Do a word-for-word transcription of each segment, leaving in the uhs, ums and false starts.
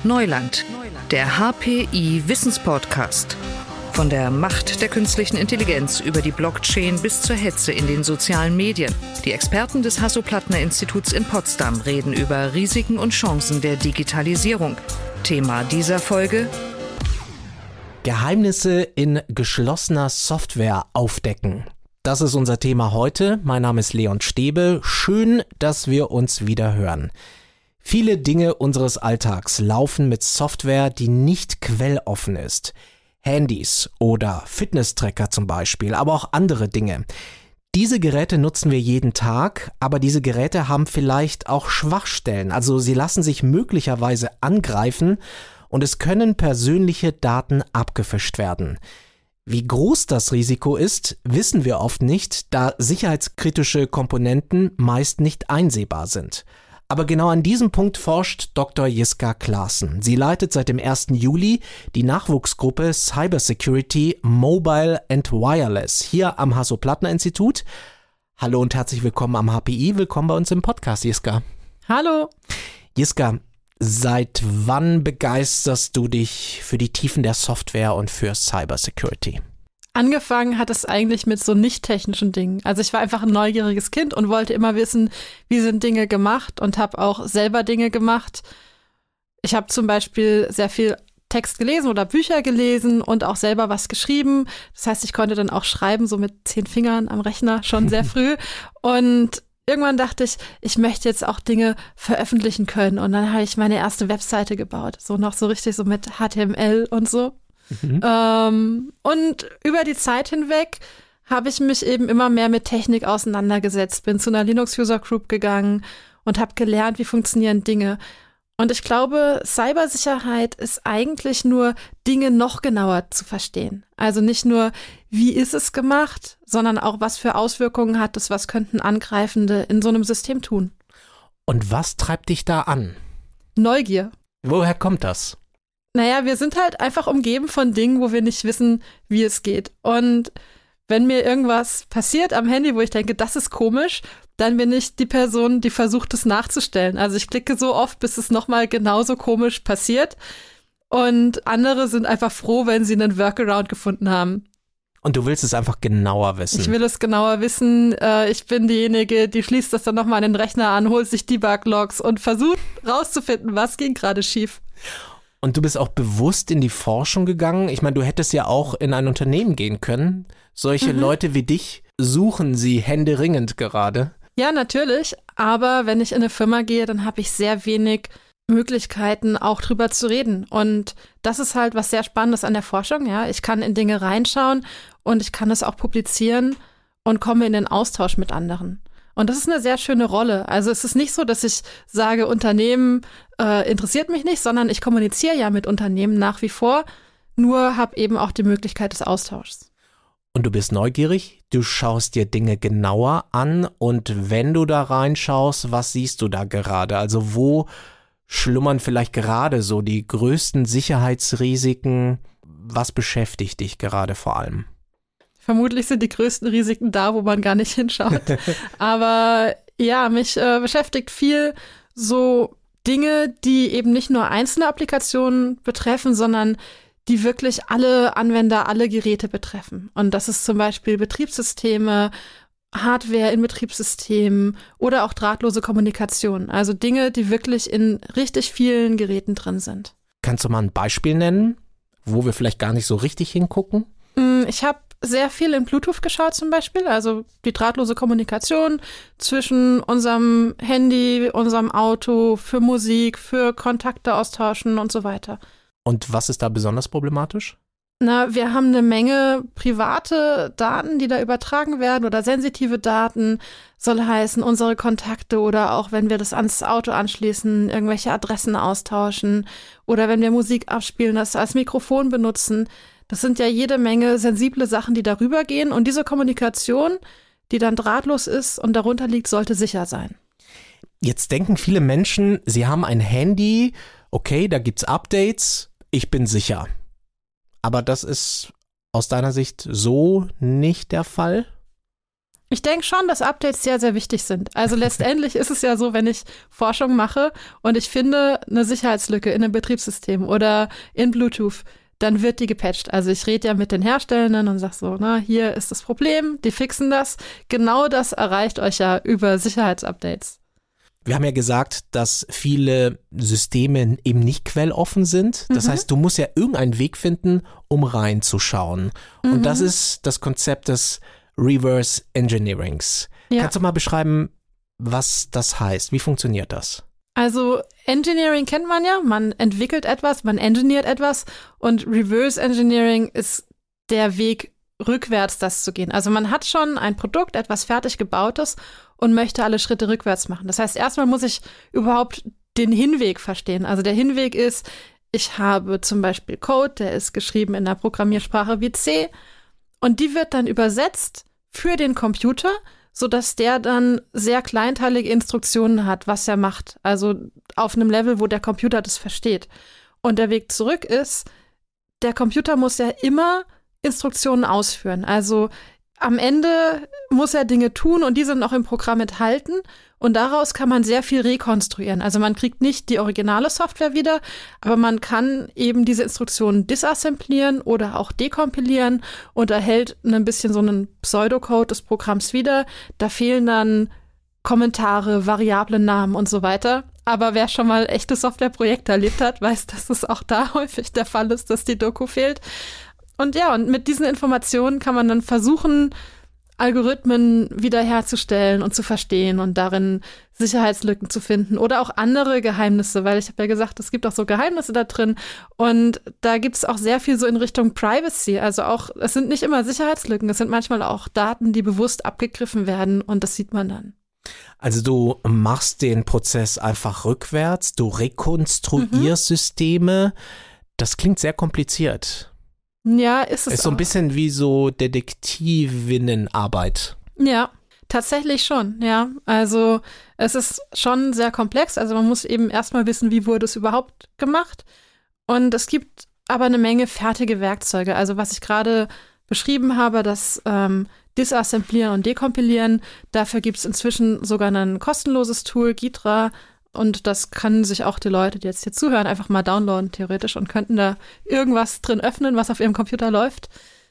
Neuland, der H P I-Wissenspodcast. Von der Macht der künstlichen Intelligenz über die Blockchain bis zur Hetze in den sozialen Medien. Die Experten des Hasso-Plattner-Instituts in Potsdam reden über Risiken und Chancen der Digitalisierung. Thema dieser Folge: Geheimnisse in geschlossener Software aufdecken. Das ist unser Thema heute. Mein Name ist Leon Stäbe. Schön, dass wir uns wieder hören. Viele Dinge unseres Alltags laufen mit Software, die nicht quelloffen ist. Handys oder Fitness-Tracker zum Beispiel, aber auch andere Dinge. Diese Geräte nutzen wir jeden Tag, aber diese Geräte haben vielleicht auch Schwachstellen. Also sie lassen sich möglicherweise angreifen und es können persönliche Daten abgefischt werden. Wie groß das Risiko ist, wissen wir oft nicht, da sicherheitskritische Komponenten meist nicht einsehbar sind. Aber genau an diesem Punkt forscht Doktor Jiska Claassen. Sie leitet seit dem ersten Juli die Nachwuchsgruppe Cybersecurity Mobile and Wireless hier am Hasso-Plattner-Institut. Hallo und herzlich willkommen am H P I. Willkommen bei uns im Podcast, Jiska. Hallo. Jiska, seit wann begeisterst du dich für die Tiefen der Software und für Cybersecurity? Angefangen hat es eigentlich mit so nicht technischen Dingen. Also ich war einfach ein neugieriges Kind und wollte immer wissen, wie sind Dinge gemacht, und habe auch selber Dinge gemacht. Ich habe zum Beispiel sehr viel Text gelesen oder Bücher gelesen und auch selber was geschrieben. Das heißt, ich konnte dann auch schreiben, so mit zehn Fingern am Rechner, schon sehr früh. Und irgendwann dachte ich, ich möchte jetzt auch Dinge veröffentlichen können. Und dann habe ich meine erste Webseite gebaut. So noch so richtig so mit H T M L und so. Mhm. Ähm, und über die Zeit hinweg habe ich mich eben immer mehr mit Technik auseinandergesetzt, bin zu einer Linux-User-Group gegangen und habe gelernt, wie funktionieren Dinge. Und ich glaube, Cybersicherheit ist eigentlich nur, Dinge noch genauer zu verstehen. Also nicht nur, wie ist es gemacht, sondern auch, was für Auswirkungen hat es, was könnten Angreifende in so einem System tun. Und was treibt dich da an? Neugier. Woher kommt das? Naja, wir sind halt einfach umgeben von Dingen, wo wir nicht wissen, wie es geht. Und wenn mir irgendwas passiert am Handy, wo ich denke, das ist komisch, dann bin ich die Person, die versucht, es nachzustellen. Also ich klicke so oft, bis es nochmal genauso komisch passiert. Und andere sind einfach froh, wenn sie einen Workaround gefunden haben. Und du willst es einfach genauer wissen? Ich will es genauer wissen. Ich bin diejenige, die schließt das dann nochmal an den Rechner an, holt sich Debug-Logs und versucht rauszufinden, was ging gerade schief. Und du bist auch bewusst in die Forschung gegangen. Ich meine, du hättest ja auch in ein Unternehmen gehen können. Solche mhm. Leute wie dich suchen sie händeringend gerade. Ja, natürlich. Aber wenn ich in eine Firma gehe, dann habe ich sehr wenig Möglichkeiten, auch drüber zu reden. Und das ist halt was sehr Spannendes an der Forschung. Ja, ich kann in Dinge reinschauen und ich kann es auch publizieren und komme in den Austausch mit anderen. Und das ist eine sehr schöne Rolle. Also es ist nicht so, dass ich sage, Unternehmen äh, interessiert mich nicht, sondern ich kommuniziere ja mit Unternehmen nach wie vor, nur habe eben auch die Möglichkeit des Austauschs. Und du bist neugierig, du schaust dir Dinge genauer an, und wenn du da reinschaust, was siehst du da gerade? Also wo schlummern vielleicht gerade so die größten Sicherheitsrisiken? Was beschäftigt dich gerade vor allem? Vermutlich sind die größten Risiken da, wo man gar nicht hinschaut. Aber ja, mich äh, beschäftigt viel so Dinge, die eben nicht nur einzelne Applikationen betreffen, sondern die wirklich alle Anwender, alle Geräte betreffen. Und das ist zum Beispiel Betriebssysteme, Hardware in Betriebssystemen oder auch drahtlose Kommunikation. Also Dinge, die wirklich in richtig vielen Geräten drin sind. Kannst du mal ein Beispiel nennen, wo wir vielleicht gar nicht so richtig hingucken? Ich habe sehr viel in Bluetooth geschaut zum Beispiel, also die drahtlose Kommunikation zwischen unserem Handy, unserem Auto, für Musik, für Kontakte austauschen und so weiter. Und was ist da besonders problematisch? Na, wir haben eine Menge private Daten, die da übertragen werden, oder sensitive Daten, soll heißen unsere Kontakte, oder auch wenn wir das ans Auto anschließen, irgendwelche Adressen austauschen, oder wenn wir Musik abspielen, das als Mikrofon benutzen. Das sind ja jede Menge sensible Sachen, die darüber gehen. Und diese Kommunikation, die dann drahtlos ist und darunter liegt, sollte sicher sein. Jetzt denken viele Menschen, sie haben ein Handy, okay, da gibt's Updates, ich bin sicher. Aber das ist aus deiner Sicht so nicht der Fall? Ich denke schon, dass Updates sehr, sehr wichtig sind. Also letztendlich ist es ja so, wenn ich Forschung mache und ich finde eine Sicherheitslücke in einem Betriebssystem oder in Bluetooth, dann wird die gepatcht. Also ich rede ja mit den Herstellern und sage so, na, hier ist das Problem, die fixen das. Genau das erreicht euch ja über Sicherheitsupdates. Wir haben ja gesagt, dass viele Systeme eben nicht quelloffen sind. Das mhm. heißt, du musst ja irgendeinen Weg finden, um reinzuschauen. Mhm. Und das ist das Konzept des Reverse Engineerings. Ja. Kannst du mal beschreiben, was das heißt? Wie funktioniert das? Also Engineering kennt man ja, man entwickelt etwas, man engineert etwas und Reverse Engineering ist der Weg, rückwärts das zu gehen. Also man hat schon ein Produkt, etwas fertig gebautes und möchte alle Schritte rückwärts machen. Das heißt, erstmal muss ich überhaupt den Hinweg verstehen. Also der Hinweg ist, ich habe zum Beispiel Code, der ist geschrieben in einer Programmiersprache wie C und die wird dann übersetzt für den Computer, sodass der dann sehr kleinteilige Instruktionen hat, was er macht. Also auf einem Level, wo der Computer das versteht. Und der Weg zurück ist, der Computer muss ja immer Instruktionen ausführen. Also am Ende muss er Dinge tun und die sind auch im Programm enthalten. Und daraus kann man sehr viel rekonstruieren. Also man kriegt nicht die originale Software wieder, aber man kann eben diese Instruktionen disassemblieren oder auch dekompilieren und erhält ein bisschen so einen Pseudocode des Programms wieder. Da fehlen dann Kommentare, Variablennamen und so weiter. Aber wer schon mal echte Softwareprojekte erlebt hat, weiß, dass es auch da häufig der Fall ist, dass die Doku fehlt. Und ja, und mit diesen Informationen kann man dann versuchen, Algorithmen wiederherzustellen und zu verstehen und darin Sicherheitslücken zu finden oder auch andere Geheimnisse, weil ich habe ja gesagt, es gibt auch so Geheimnisse da drin und da gibt es auch sehr viel so in Richtung Privacy, also auch, es sind nicht immer Sicherheitslücken, es sind manchmal auch Daten, die bewusst abgegriffen werden und das sieht man dann. Also du machst den Prozess einfach rückwärts, du rekonstruierst mhm. Systeme, das klingt sehr kompliziert. Ja, ist es Ist so ein bisschen wie so Detektivinnenarbeit. Ja, tatsächlich schon, ja. Also es ist schon sehr komplex. Also man muss eben erstmal wissen, wie wurde es überhaupt gemacht. Und es gibt aber eine Menge fertige Werkzeuge. Also was ich gerade beschrieben habe, das ähm, Disassemblieren und Dekompilieren, dafür gibt es inzwischen sogar ein kostenloses Tool, Ghidra. Und das können sich auch die Leute, die jetzt hier zuhören, einfach mal downloaden, theoretisch, und könnten da irgendwas drin öffnen, was auf ihrem Computer läuft.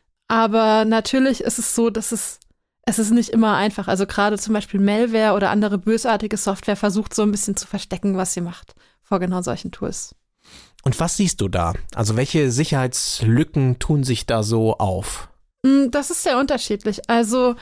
Aber natürlich ist es so, dass es, es ist nicht immer einfach. Also gerade zum Beispiel Malware oder andere bösartige Software versucht so ein bisschen zu verstecken, was sie macht vor genau solchen Tools. Und was siehst du da? Also welche Sicherheitslücken tun sich da so auf? Das ist sehr unterschiedlich. Also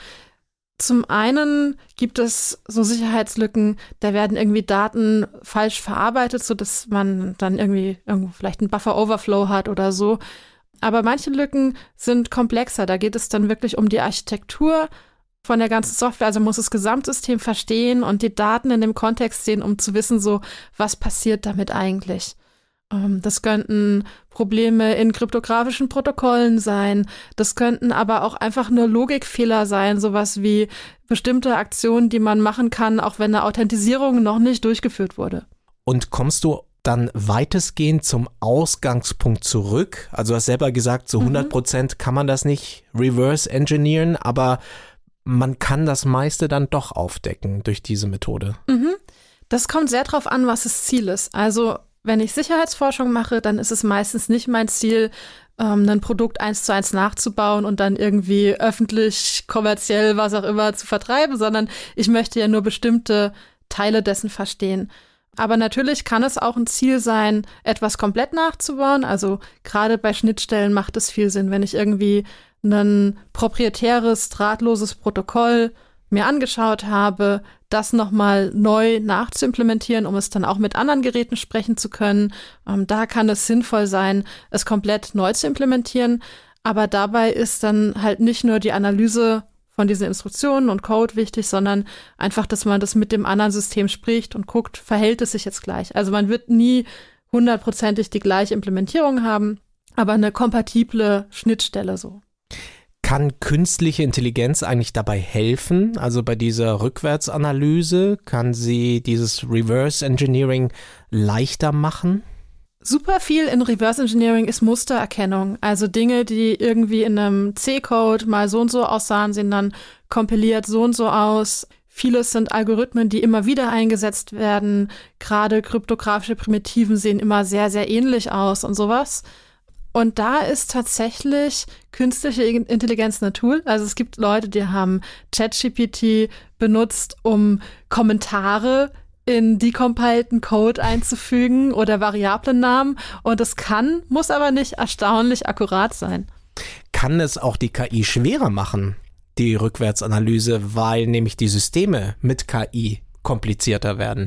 zum einen gibt es so Sicherheitslücken, da werden irgendwie Daten falsch verarbeitet, sodass man dann irgendwie irgendwo vielleicht einen Buffer-Overflow hat oder so. Aber manche Lücken sind komplexer. Da geht es dann wirklich um die Architektur von der ganzen Software. Also muss das Gesamtsystem verstehen und die Daten in dem Kontext sehen, um zu wissen, so was passiert damit eigentlich. Das könnten Probleme in kryptografischen Protokollen sein. Das könnten aber auch einfach nur Logikfehler sein, sowas wie bestimmte Aktionen, die man machen kann, auch wenn eine Authentisierung noch nicht durchgeführt wurde. Und kommst du dann weitestgehend zum Ausgangspunkt zurück? Also du hast selber gesagt, so hundert Prozent kann man das nicht reverse engineeren, aber man kann das meiste dann doch aufdecken durch diese Methode. Mhm. Das kommt sehr drauf an, was das Ziel ist. Also wenn ich Sicherheitsforschung mache, dann ist es meistens nicht mein Ziel, ähm, ein Produkt eins zu eins nachzubauen und dann irgendwie öffentlich, kommerziell, was auch immer zu vertreiben, sondern ich möchte ja nur bestimmte Teile dessen verstehen. Aber natürlich kann es auch ein Ziel sein, etwas komplett nachzubauen. Also gerade bei Schnittstellen macht es viel Sinn, wenn ich irgendwie ein proprietäres, drahtloses Protokoll mir angeschaut habe, das nochmal neu nachzuimplementieren, um es dann auch mit anderen Geräten sprechen zu können. Ähm, da kann es sinnvoll sein, es komplett neu zu implementieren. Aber dabei ist dann halt nicht nur die Analyse von diesen Instruktionen und Code wichtig, sondern einfach, dass man das mit dem anderen System spricht und guckt, verhält es sich jetzt gleich. Also man wird nie hundertprozentig die gleiche Implementierung haben, aber eine kompatible Schnittstelle so. Kann künstliche Intelligenz eigentlich dabei helfen? Also bei dieser Rückwärtsanalyse, kann sie dieses Reverse Engineering leichter machen? Super viel in Reverse Engineering ist Mustererkennung. Also Dinge, die irgendwie in einem C-Code mal so und so aussahen, sind dann kompiliert so und so aus. Vieles sind Algorithmen, die immer wieder eingesetzt werden. Gerade kryptografische Primitiven sehen immer sehr, sehr ähnlich aus und sowas. Und da ist tatsächlich künstliche Intelligenz ein Tool. Also es gibt Leute, die haben ChatGPT benutzt, um Kommentare in decompileden Code einzufügen oder Variablennamen. Und es kann, muss aber nicht erstaunlich akkurat sein. Kann es auch die K I schwerer machen, die Rückwärtsanalyse, weil nämlich die Systeme mit K I komplizierter werden?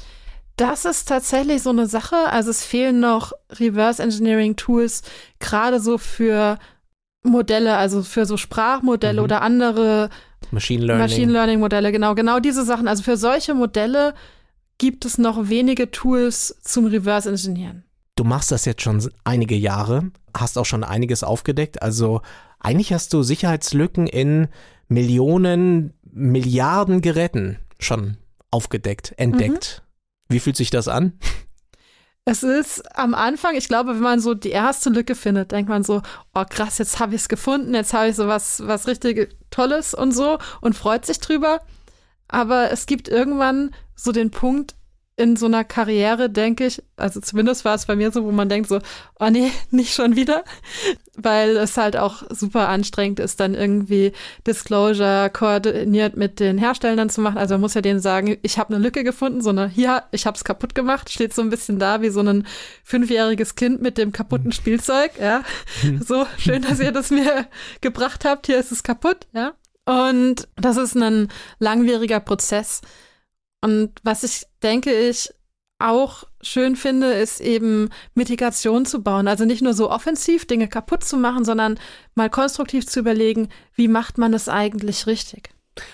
Das ist tatsächlich so eine Sache. Also es fehlen noch Reverse Engineering Tools, gerade so für Modelle, also für so Sprachmodelle mhm. oder andere Machine Learning. Machine Learning Modelle, genau, genau diese Sachen. Also für solche Modelle gibt es noch wenige Tools zum Reverse Engineeren. Du machst das jetzt schon einige Jahre, hast auch schon einiges aufgedeckt. Also eigentlich hast du Sicherheitslücken in Millionen, Milliarden Geräten schon aufgedeckt, entdeckt. Mhm. Wie fühlt sich das an? Es ist am Anfang, ich glaube, wenn man so die erste Lücke findet, denkt man so, oh krass, jetzt habe ich es gefunden, jetzt habe ich so was, was richtig Tolles und so und freut sich drüber. Aber es gibt irgendwann so den Punkt in so einer Karriere, denke ich, also zumindest war es bei mir so, wo man denkt so, oh nee, nicht schon wieder, weil es halt auch super anstrengend ist, dann irgendwie Disclosure koordiniert mit den Herstellern zu machen. Also man muss ja denen sagen, ich habe eine Lücke gefunden, so eine, hier, ich habe es kaputt gemacht, steht so ein bisschen da wie so ein fünfjähriges Kind mit dem kaputten Spielzeug, ja, so schön, dass ihr das mir gebracht habt, hier ist es kaputt, ja. Und das ist ein langwieriger Prozess. Und was ich denke, ich auch schön finde, ist eben Mitigation zu bauen. Also nicht nur so offensiv Dinge kaputt zu machen, sondern mal konstruktiv zu überlegen, wie macht man das eigentlich richtig?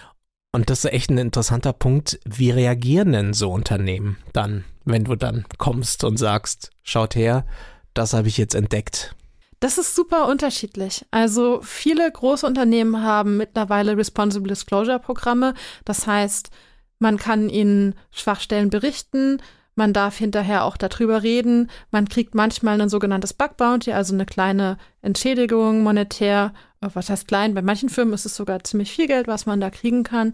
Und das ist echt ein interessanter Punkt. Wie reagieren denn so Unternehmen dann, wenn du dann kommst und sagst, schaut her, das habe ich jetzt entdeckt? Das ist super unterschiedlich. Also viele große Unternehmen haben mittlerweile Responsible Disclosure Programme. Das heißt, man kann ihnen Schwachstellen berichten, man darf hinterher auch darüber reden, man kriegt manchmal ein sogenanntes Bug Bounty, also eine kleine Entschädigung monetär, was heißt klein, bei manchen Firmen ist es sogar ziemlich viel Geld, was man da kriegen kann,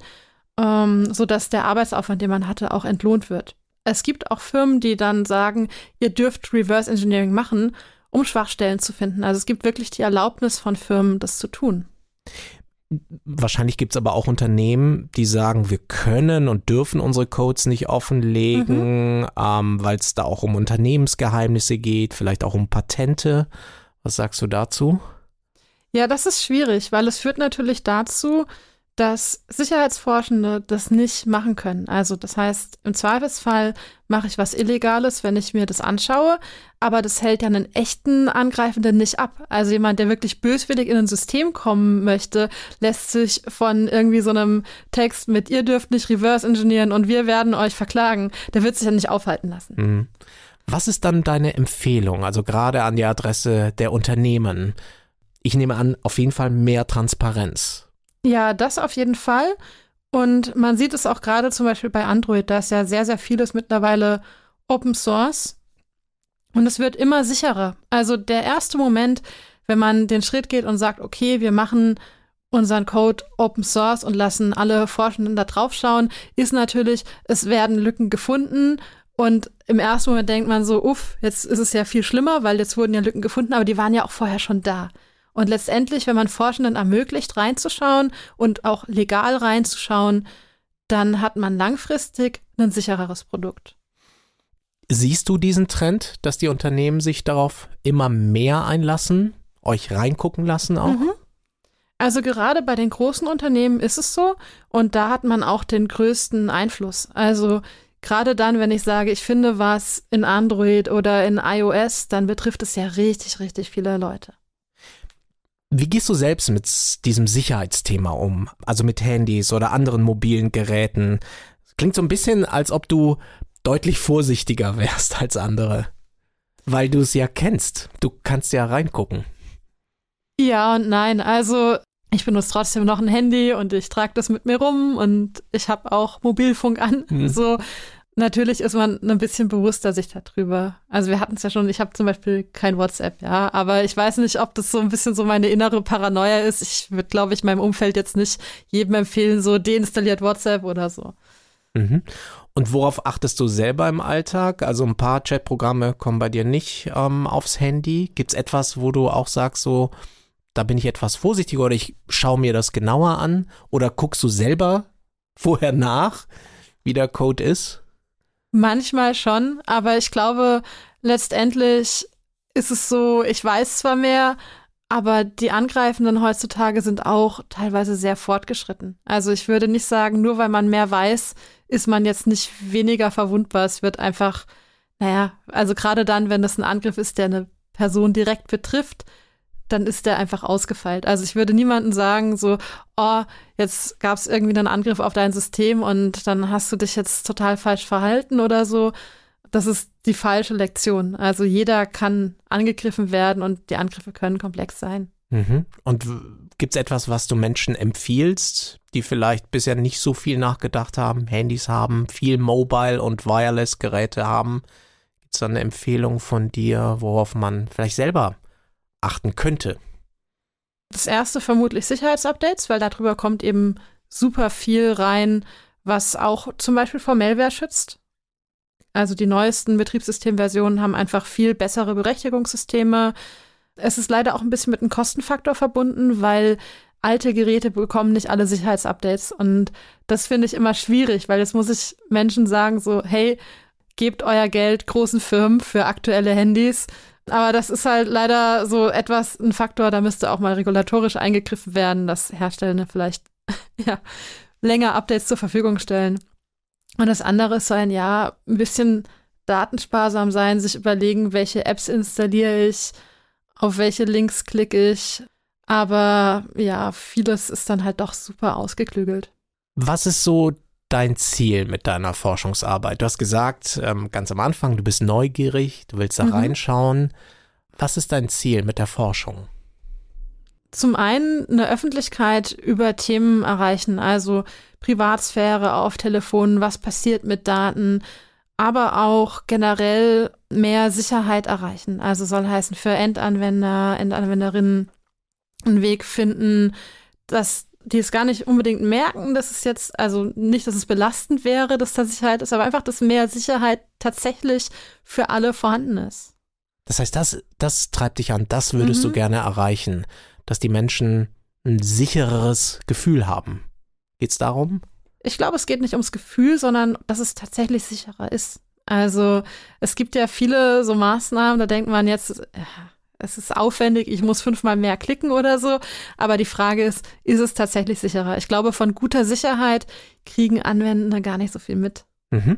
ähm, sodass der Arbeitsaufwand, den man hatte, auch entlohnt wird. Es gibt auch Firmen, die dann sagen, ihr dürft Reverse Engineering machen, um Schwachstellen zu finden. Also es gibt wirklich die Erlaubnis von Firmen, das zu tun. Wahrscheinlich gibt es aber auch Unternehmen, die sagen, wir können und dürfen unsere Codes nicht offenlegen, mhm. ähm, weil es da auch um Unternehmensgeheimnisse geht, vielleicht auch um Patente. Was sagst du dazu? Ja, das ist schwierig, weil es führt natürlich dazu, dass Sicherheitsforschende das nicht machen können. Also das heißt, im Zweifelsfall mache ich was Illegales, wenn ich mir das anschaue, aber das hält ja einen echten Angreifenden nicht ab. Also jemand, der wirklich böswillig in ein System kommen möchte, lässt sich von irgendwie so einem Text mit ihr dürft nicht reverse engineeren und wir werden euch verklagen, der wird sich ja nicht aufhalten lassen. Mhm. Was ist dann deine Empfehlung, also gerade an die Adresse der Unternehmen? Ich nehme an, auf jeden Fall mehr Transparenz. Ja, das auf jeden Fall. Und man sieht es auch gerade zum Beispiel bei Android, da ist ja sehr, sehr vieles mittlerweile Open Source. Und es wird immer sicherer. Also der erste Moment, wenn man den Schritt geht und sagt, okay, wir machen unseren Code Open Source und lassen alle Forschenden da drauf schauen, ist natürlich, es werden Lücken gefunden. Und im ersten Moment denkt man so, uff, jetzt ist es ja viel schlimmer, weil jetzt wurden ja Lücken gefunden, aber die waren ja auch vorher schon da. Und letztendlich, wenn man Forschenden ermöglicht, reinzuschauen und auch legal reinzuschauen, dann hat man langfristig ein sichereres Produkt. Siehst du diesen Trend, dass die Unternehmen sich darauf immer mehr einlassen, euch reingucken lassen auch? Mhm. Also gerade bei den großen Unternehmen ist es so und da hat man auch den größten Einfluss. Also gerade dann, wenn ich sage, ich finde was in Android oder in iOS, dann betrifft es ja richtig, richtig viele Leute. Wie gehst du selbst mit diesem Sicherheitsthema um? Also mit Handys oder anderen mobilen Geräten? Klingt so ein bisschen, als ob du deutlich vorsichtiger wärst als andere, weil du es ja kennst. Du kannst ja reingucken. Ja und nein. Also ich benutze trotzdem noch ein Handy und ich trage das mit mir rum und ich habe auch Mobilfunk an. Hm. So, Natürlich ist man ein bisschen bewusster sich darüber. Also wir hatten es ja schon, ich habe zum Beispiel kein WhatsApp, ja, aber ich weiß nicht, ob das so ein bisschen so meine innere Paranoia ist. Ich würde, glaube ich, meinem Umfeld jetzt nicht jedem empfehlen, so deinstalliert WhatsApp oder so. Mhm. Und worauf achtest du selber im Alltag? Also ein paar Chatprogramme kommen bei dir nicht ähm, aufs Handy. Gibt es etwas, wo du auch sagst, so, da bin ich etwas vorsichtiger oder ich schaue mir das genauer an? Oder guckst du selber vorher nach, wie der Code ist? Manchmal schon, aber ich glaube, letztendlich ist es so, ich weiß zwar mehr, aber die Angreifenden heutzutage sind auch teilweise sehr fortgeschritten. Also ich würde nicht sagen, nur weil man mehr weiß, ist man jetzt nicht weniger verwundbar. Es wird einfach, naja, also gerade dann, wenn das ein Angriff ist, der eine Person direkt betrifft, dann ist der einfach ausgefeilt. Also ich würde niemandem sagen, so, oh, jetzt gab es irgendwie einen Angriff auf dein System und dann hast du dich jetzt total falsch verhalten oder so. Das ist die falsche Lektion. Also jeder kann angegriffen werden und die Angriffe können komplex sein. Mhm. Und gibt es etwas, was du Menschen empfiehlst, die vielleicht bisher nicht so viel nachgedacht haben, Handys haben, viel Mobile- und Wireless-Geräte haben? Gibt es da eine Empfehlung von dir, worauf man vielleicht selber achten könnte? Das erste vermutlich Sicherheitsupdates, weil darüber kommt eben super viel rein, was auch zum Beispiel vor Malware schützt. Also die neuesten Betriebssystemversionen haben einfach viel bessere Berechtigungssysteme. Es ist leider auch ein bisschen mit einem Kostenfaktor verbunden, weil alte Geräte bekommen nicht alle Sicherheitsupdates. Und das finde ich immer schwierig, weil jetzt muss ich Menschen sagen so, hey, gebt euer Geld großen Firmen für aktuelle Handys. Aber das ist halt leider so etwas, ein Faktor, da müsste auch mal regulatorisch eingegriffen werden, dass Hersteller vielleicht ja, länger Updates zur Verfügung stellen. Und das andere ist so ein, ja, ein bisschen datensparsam sein, sich überlegen, welche Apps installiere ich, auf welche Links klicke ich. Aber ja, vieles ist dann halt doch super ausgeklügelt. Was ist so dein Ziel mit deiner Forschungsarbeit? Du hast gesagt, ähm, ganz am Anfang, du bist neugierig, du willst da mhm. reinschauen. Was ist dein Ziel mit der Forschung? Zum einen eine Öffentlichkeit über Themen erreichen, also Privatsphäre auf Telefonen, was passiert mit Daten, aber auch generell mehr Sicherheit erreichen. Also soll heißen für Endanwender, Endanwenderinnen einen Weg finden, dass die es gar nicht unbedingt merken, dass es jetzt, also nicht, dass es belastend wäre, dass da Sicherheit ist, aber einfach, dass mehr Sicherheit tatsächlich für alle vorhanden ist. Das heißt, das, das treibt dich an, das würdest mhm. du gerne erreichen, dass die Menschen ein sichereres Gefühl haben. Geht's darum? Ich glaube, es geht nicht ums Gefühl, sondern dass es tatsächlich sicherer ist. Also es gibt ja viele so Maßnahmen, da denkt man jetzt, ja, es ist aufwendig, ich muss fünfmal mehr klicken oder so. Aber die Frage ist, ist es tatsächlich sicherer? Ich glaube, von guter Sicherheit kriegen Anwendende gar nicht so viel mit. Mhm.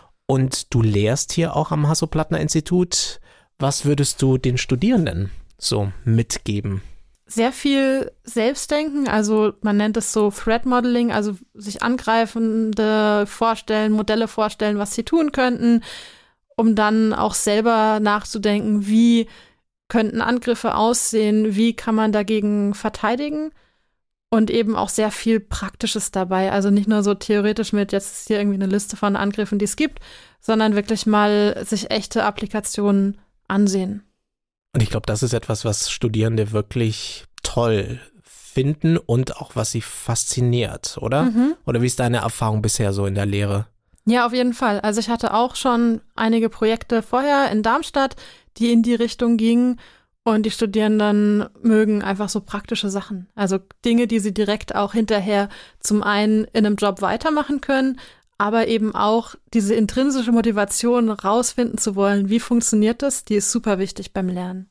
Und du lehrst hier auch am Hasso-Plattner-Institut. Was würdest du den Studierenden so mitgeben? Sehr viel Selbstdenken, also man nennt es so Threat Modeling, also sich Angreifende vorstellen, Modelle vorstellen, was sie tun könnten, um dann auch selber nachzudenken, wie könnten Angriffe aussehen, wie kann man dagegen verteidigen und eben auch sehr viel Praktisches dabei. Also nicht nur so theoretisch mit, jetzt ist hier irgendwie eine Liste von Angriffen, die es gibt, sondern wirklich mal sich echte Applikationen ansehen. Und ich glaube, das ist etwas, was Studierende wirklich toll finden und auch was sie fasziniert, oder? Mhm. Oder wie ist deine Erfahrung bisher so in der Lehre? Ja, auf jeden Fall. Also ich hatte auch schon einige Projekte vorher in Darmstadt, die in die Richtung gingen und die Studierenden mögen einfach so praktische Sachen. Also Dinge, die sie direkt auch hinterher zum einen in einem Job weitermachen können, aber eben auch diese intrinsische Motivation rausfinden zu wollen, wie funktioniert das, die ist super wichtig beim Lernen.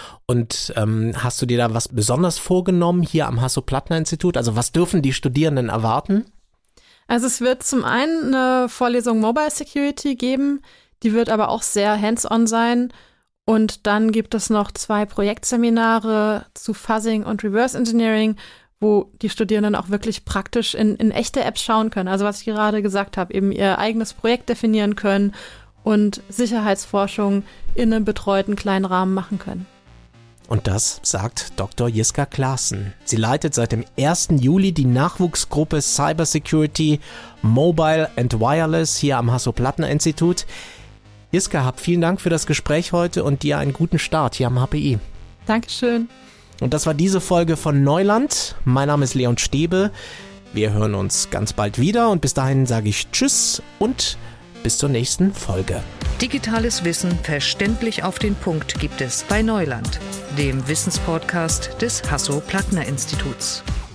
Und ähm, hast du dir da was besonders vorgenommen hier am Hasso-Plattner-Institut? Also was dürfen die Studierenden erwarten? Also es wird zum einen eine Vorlesung Mobile Security geben, die wird aber auch sehr hands-on sein. Und dann gibt es noch zwei Projektseminare zu Fuzzing und Reverse Engineering, wo die Studierenden auch wirklich praktisch in, in echte Apps schauen können. Also was ich gerade gesagt habe, eben ihr eigenes Projekt definieren können und Sicherheitsforschung in einem betreuten kleinen Rahmen machen können. Und das sagt Doktor Jiska Claassen. Sie leitet seit dem ersten Juli die Nachwuchsgruppe Cybersecurity Mobile and Wireless hier am Hasso-Plattner-Institut. Jiska, hab vielen Dank für das Gespräch heute und dir einen guten Start hier am H P I. Dankeschön. Und das war diese Folge von Neuland. Mein Name ist Leon Stäbe. Wir hören uns ganz bald wieder und bis dahin sage ich Tschüss und bis zur nächsten Folge. Digitales Wissen verständlich auf den Punkt gibt es bei Neuland, dem Wissenspodcast des Hasso-Plattner-Instituts.